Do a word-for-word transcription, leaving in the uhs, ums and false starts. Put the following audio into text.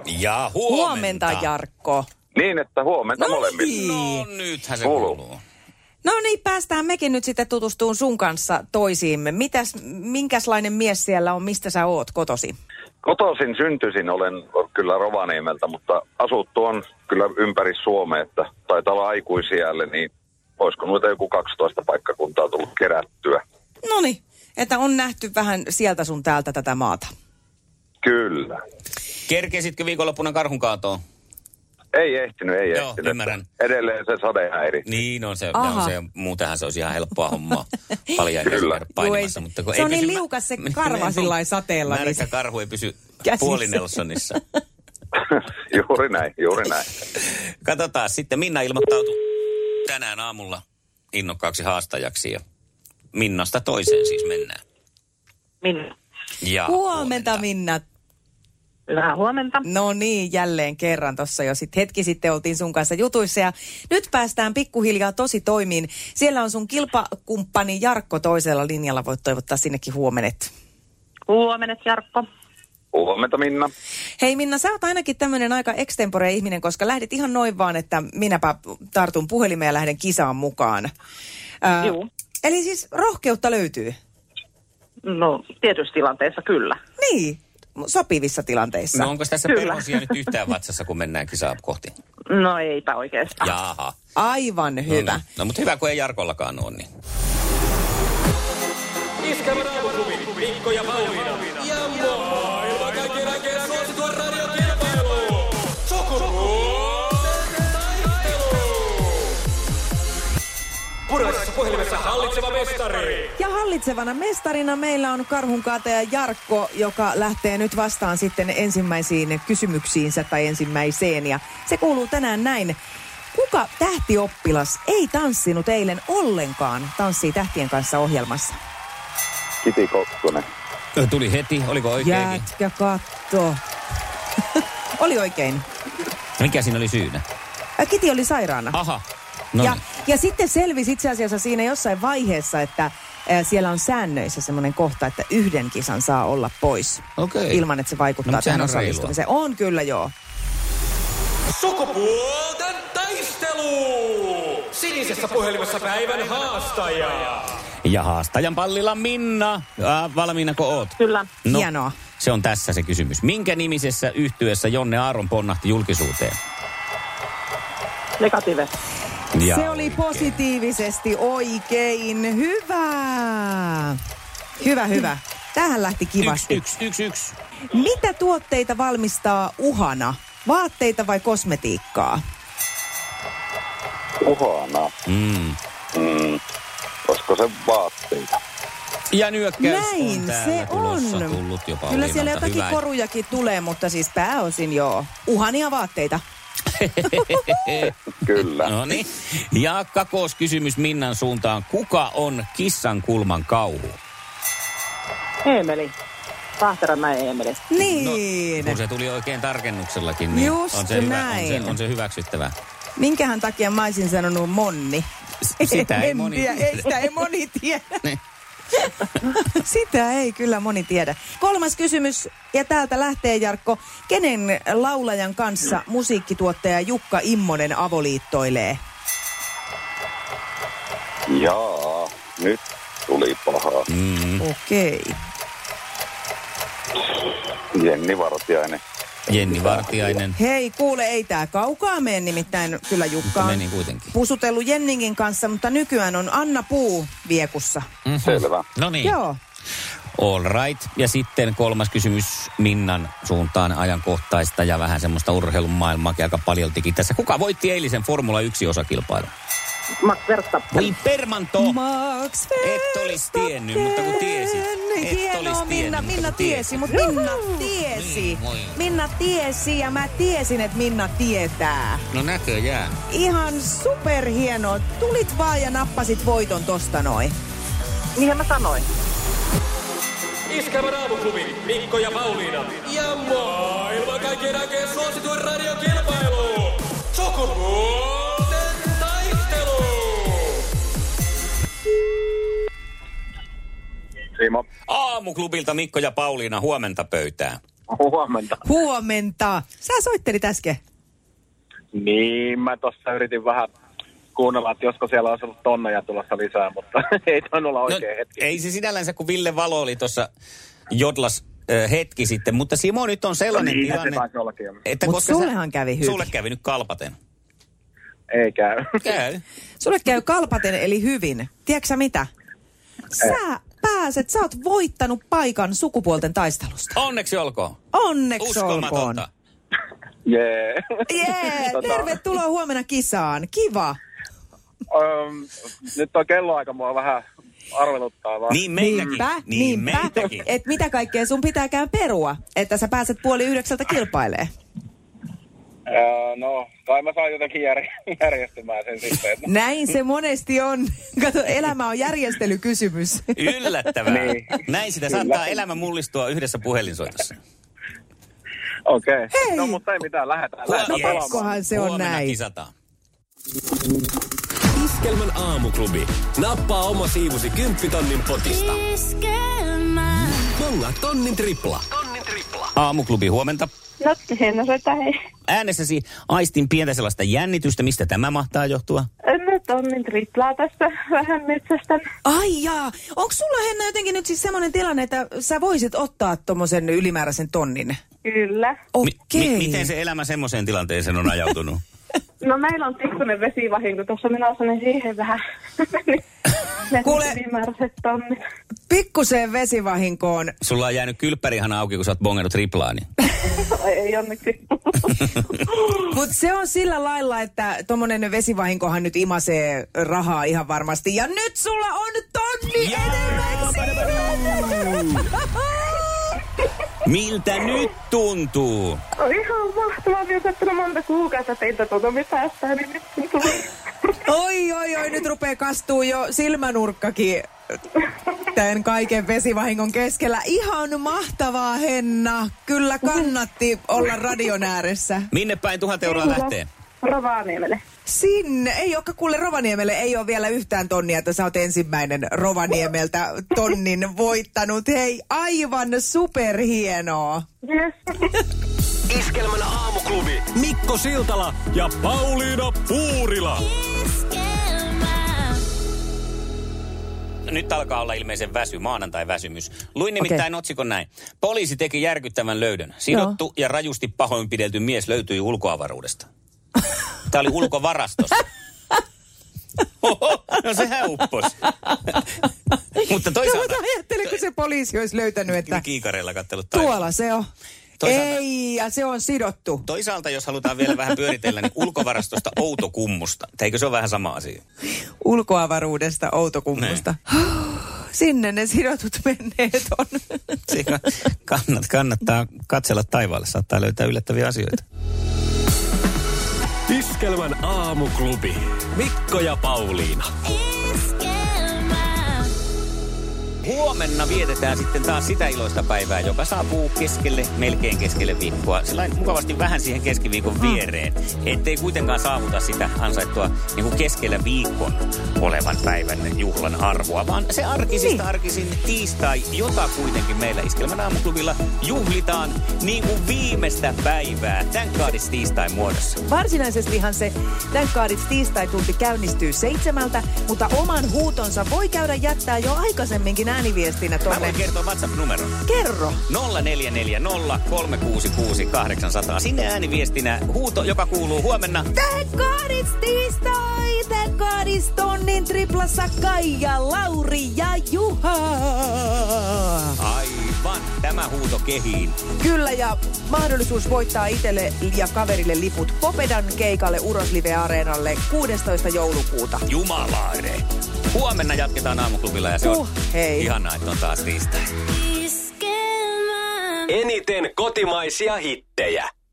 Ja huomenta. Huomenta, Jarkko. Niin, että huomenta No molemmille. niin. No nythän se Kuuluu. kuuluu. No niin, päästään mekin nyt sitten tutustumaan sun kanssa toisiimme. Mitäs, minkäslainen mies siellä on, mistä sä oot kotosi? Kotoisin syntyisin olen kyllä Rovaniemeltä, mutta asuttu on kyllä ympäri Suomea, että taitaa olla aikuisiälle, niin olisiko noita joku kaksitoista paikkakuntaa tullut kerättyä. Noniin, että on nähty vähän sieltä sun täältä tätä maata. Kyllä. Kerkesitkö viikonloppuna karhun kaatoon? Ei ehtinyt, ei Joo, ehtinyt. ymmärrän. Edelleen se sadehäiri. Niin on se, Aha. on se, muutenhan se olisi ihan helppoa hommaa. Paljon Kyllä. painimassa, mutta kun se ei on niin pysy- liukas se Niin, karva niin, sillain sateella. Niin Märkä se... karhu ei pysy Käsissä. puoli Nelsonissa. Juuri näin, juuri näin. Katsotaan sitten, Minna ilmoittautui tänään aamulla innokkaaksi haastajaksi ja Minnasta toiseen siis mennään. Minna. Ja Huomenta, Minna. Hyvää huomenta. No niin, jälleen kerran. Tuossa jo sit hetki sitten oltiin sun kanssa jutuissa ja nyt päästään pikkuhiljaa tosi toimiin. Siellä on sun kilpakumppani Jarkko toisella linjalla. Voit toivottaa sinnekin huomenet. Huomenet, Jarkko. Huomenta, Minna. Hei Minna, sä oot ainakin tämmöinen aika extempore ihminen, koska lähdit ihan noin vaan, että minäpä tartun puhelimeen ja lähden kisaan mukaan. Ää, Juu. Eli siis rohkeutta löytyy? No, tietyissä tilanteissa kyllä. Niin, sopivissa tilanteissa. No onko tässä Kyllä. perhosia nyt yhtään vatsassa, kun mennään kisaa kohti? No eipä oikeastaan. Jaha. Aivan hyvä. No, niin. no mutta hyvä, kun ei Jarkollakaan ole, niin. Iskävä raamuklubi, Mikko ja Pauliina. Ja maailman kaikkien aikeen suosituen radiokilpailu. Sukupuolten taistelu. Puraisessa puhelimessa hallitseva mestari. Ja hallitsevana mestarina meillä on karhunkaateja Jarkko, joka lähtee nyt vastaan sitten ensimmäisiin kysymyksiinsä tai ensimmäiseen. Ja se kuuluu tänään näin. Kuka tähtioppilas ei tanssinut eilen ollenkaan Tanssii tähtien kanssa -ohjelmassa? Kiti Kokkonen. Tuli heti, oliko oikeinkin? Jätkä katto. Oli oikein. Mikä siinä oli syynä? Ä, Kiti oli sairaana. Aha. No ja, niin. ja sitten selvisi itse asiassa siinä jossain vaiheessa, että ä, siellä on säännöissä semmoinen kohta, että yhden kisan saa olla pois. Okei. Ilman, että se vaikuttaa No, mutta tähän sehän on reilua. osallistumiseen. On kyllä, joo. Sukupuolten taistelu. Sinisessä puhelimessa päivän haastaja. Ja haastajan pallilla Minna. Äh, valmiinako oot? Kyllä. No, Hienoa. se on tässä se kysymys. Minkä nimisessä yhtyeessä Jonne Aaron ponnahti julkisuuteen? Negative. Ja Se oli positiivisesti oikein. Hyvä. Hyvä, hyvä. Tähän lähti Yksi, kivasti. yksi, yksi, yksi. Mitä tuotteita valmistaa Uhana? Vaatteita vai kosmetiikkaa? Uhana. Mm. Mm. Olisiko se vaatteita? Ja nyökkäys Näin on täällä se tulossa, on. tullut jo Kyllä Pauliinalta. siellä jotakin Hyvä. korujakin tulee, mutta siis pääosin joo. Uhania vaatteita. Kyllä. No niin. Ja kakooskysymys Minnan suuntaan. Kuka on kissan kulman kauhu? Eemeli. Vaahteranmäen Eemeli. Niin. Kun se tuli oikein tarkennuksellakin, niin Just on se, hyvä, on, näin. se, on se hyväksyttävä. Minkähän takia mä olisin sanonut Monni? S- sitä ei En moni tiedä, tiedä. ei sitä ei moni tiedä. Niin. Sitä ei kyllä moni tiedä. Kolmas kysymys, ja täältä lähtee Jarkko. Kenen laulajan kanssa musiikkituottaja Jukka Immonen avoliittoilee? Jaa, nyt tuli paha. Mm. Okei. Okay. Jenni Vartiainen. Jenni Vartiainen. Hei, kuule, ei tää kaukaa mene, nimittäin kyllä Jukka Mutta on meni kuitenkin. pusutellut Jenninkin kanssa, mutta nykyään on Anna Puu viekussa. Mm-hmm. Selvä. No niin. Joo. All right. Ja sitten kolmas kysymys Minnan suuntaan ajankohtaista ja vähän semmoista urheilun maailmaakin aika paljoltikin tässä. Kuka voitti eilisen Formula yksi -osakilpailun? Max Verstappen. Voi Permanto! Max Et olis tiennyt, mutta kun tiesit. Et Hienoa, olis Minna, tiennyt, Minna mutta kun tiesi, tiesit. mutta Minna tiesi. Niin, voi. Minna tiesi ja mä tiesin, että Minna tietää. No näköjään. Ihan superhienoa. Tulit vaan ja nappasit voiton tosta noin. Niinhän mä sanoin. Iskävä raamuklubi, Mikko ja Pauliina. Ja maailman kaikkien aikeen suosituen radiokilpailu. Sukupuolten taistelu. Simo. Aamuklubilta Mikko ja Pauliina, huomenta pöytään. Huomenta. Huomenta. Sä soittelit äsken. Niin, mä tossa yritin vähän kuunnella, että josko siellä olisi ollut tonneja tulossa lisää, mutta ei tainnut olla oikein no, hetki. Ei se sinällänsä, kun Ville Valo oli tuossa jodlas äh, hetki sitten, mutta Simo nyt on sellainen no niin, tilanne, että Mut koska sullehan sä, kävi hyvin. Sulle kävi nyt kalpaten. Ei käy. Käy. Sulle käy kalpaten eli hyvin. Tiedätkö sä mitä? Sä pääset, sä oot voittanut paikan sukupuolten taistelusta. Onneksi olkoon. Onneksi olkoon. Uskomatonta. Jee. Jee, Tota- tervetuloa huomenna kisaan. Kiva. Um, nyt on kelloaika mua vähän arveluttaa vaan. Niin meilläkin. Niinpä, niin niinpä. meiltäkin. Et mitä kaikkea sun pitääkään perua, että sä pääset puoli yhdeksältä kilpailemaan. Uh, no, kai mä saan jotenkin jär- järjestymään sen sitten. Että... Näin se monesti on. Kato, elämä on järjestelykysymys. Yllättävää. Niin. Näin sitä Kyllä. saattaa elämä mullistua yhdessä puhelinsoitossa. Okei. Okay. Hei. No, mutta ei mitään, lähdetään. lähdetään Yes. Pakkohan se on Huomenna näin. kisataan. Iskelmän aamuklubi. Nappaa oma siivusi kymppitonnin potista. Bonga tonnin tripla. Tonnin tripla. Aamuklubi, huomenta. No, Henna soittaa hei. Äänessäsi aistin pientä sellaista jännitystä. Mistä tämä mahtaa johtua? No, tonnin triplaa tästä vähän metsästän. Ai jaa. Onko sulla, Henna, jotenkin nyt siis semmoinen tilanne, että sä voisit ottaa tommosen ylimääräisen tonnin? Kyllä. Okei. Mi- mi- miten se elämä semmoiseen tilanteeseen on ajautunut? No, meillä on pikkuinen vesivahinko tuossa menossa, niin siihen vähän ne Kuule- ylimääräiset tonnit. Pikkuseen vesivahinkoon. Sulla on jäänyt kylppärihana auki, kun sä oot bongannut triplaa, niin. Ei onneksi. Mutta se on sillä lailla, että tommonen vesivahinkohan nyt imasee rahaa ihan varmasti. Ja nyt sulla on tonni enemmän siinä. Miltä nyt tuntuu? On ihan mahtavaa. Minä olen monta kuukautta teiltä tuota päästään, niin nyt tulee. Oi, oi, oi, nyt rupeaa kastuu jo silmänurkkakin tämän kaiken vesivahingon keskellä. Ihan mahtavaa, Henna. Kyllä kannatti olla radion ääressä. Minne päin tuhat euroa lähtee? Rovaniemelle. Sinne. Ei olekaan kuule Rovaniemelle. Ei ole vielä yhtään tonnia, että sä oot ensimmäinen Rovaniemeltä tonnin voittanut. Hei, aivan superhienoa. Yes. Iskelmän aamuklubi. Mikko Siltala ja Pauliina Puurila. Nyt alkaa olla ilmeisen väsy, maanantai-väsymys. Luin nimittäin okay. otsikon näin. Poliisi teki järkyttävän löydön. Sidottu Joo. ja rajusti pahoinpidelty mies löytyi ulkoavaruudesta. Tämä oli ulkovarastossa. Oho, no sehän uppos. Mutta toisaalta... No, mutta ajattelin, kun se poliisi olisi löytänyt, että... Kiikareilla kattelut taivaan. Tuolla se on. Toisaalta, ei, ja se on sidottu. Toisaalta, jos halutaan vielä vähän pyöritellä, niin ulkovarastosta Outokummusta. Eikö se ole vähän sama asia? Ulkoavaruudesta Outokummusta. Sinne ne sidotut menneet on. Siinä kannat, kannattaa katsella taivaalle, saattaa löytää yllättäviä asioita. Iskelmän aamuklubi. Mikko ja Pauliina. Huomenna vietetään sitten taas sitä iloista päivää, joka saapuu keskelle, melkein keskelle viikkoa. Sellainen mukavasti vähän siihen keskiviikon viereen, ettei kuitenkaan saavuta sitä ansaittua niin kuin keskellä viikon olevan päivän juhlan arvoa, vaan se arkisista arkisin tiistai, jota kuitenkin meillä Iskelmän aamuklubilla juhlitaan niin kuin viimeistä päivää Thank God It's tiistain muodossa. Varsinaisestihan se Thank God It's tiistai-tunti käynnistyy seitsemältä, mutta oman huutonsa voi käydä jättää jo aikaisemminkin ääniviestinä tuonne. Mä voin kertoa WhatsApp-numeron. Kerro. nolla neljä neljä nolla kolme kuusi kuusi kahdeksan nolla nolla. Sinne ääniviestinä huuto, joka kuuluu huomenna. Thank God It's tiistai! Thank God It's tonnin triplassa Kaija, Lauri ja Juha. Aivan, tämä huuto kehiin. Kyllä, ja mahdollisuus voittaa itselle ja kaverille liput Popedan keikalle Uroslive-areenalle kuudestoista joulukuuta. Jumalaare. Huomenna jatketaan aamuklubilla ja se on uh, hei. ihanaa, että on taas tiistai. Eniten kotimaisia hittejä.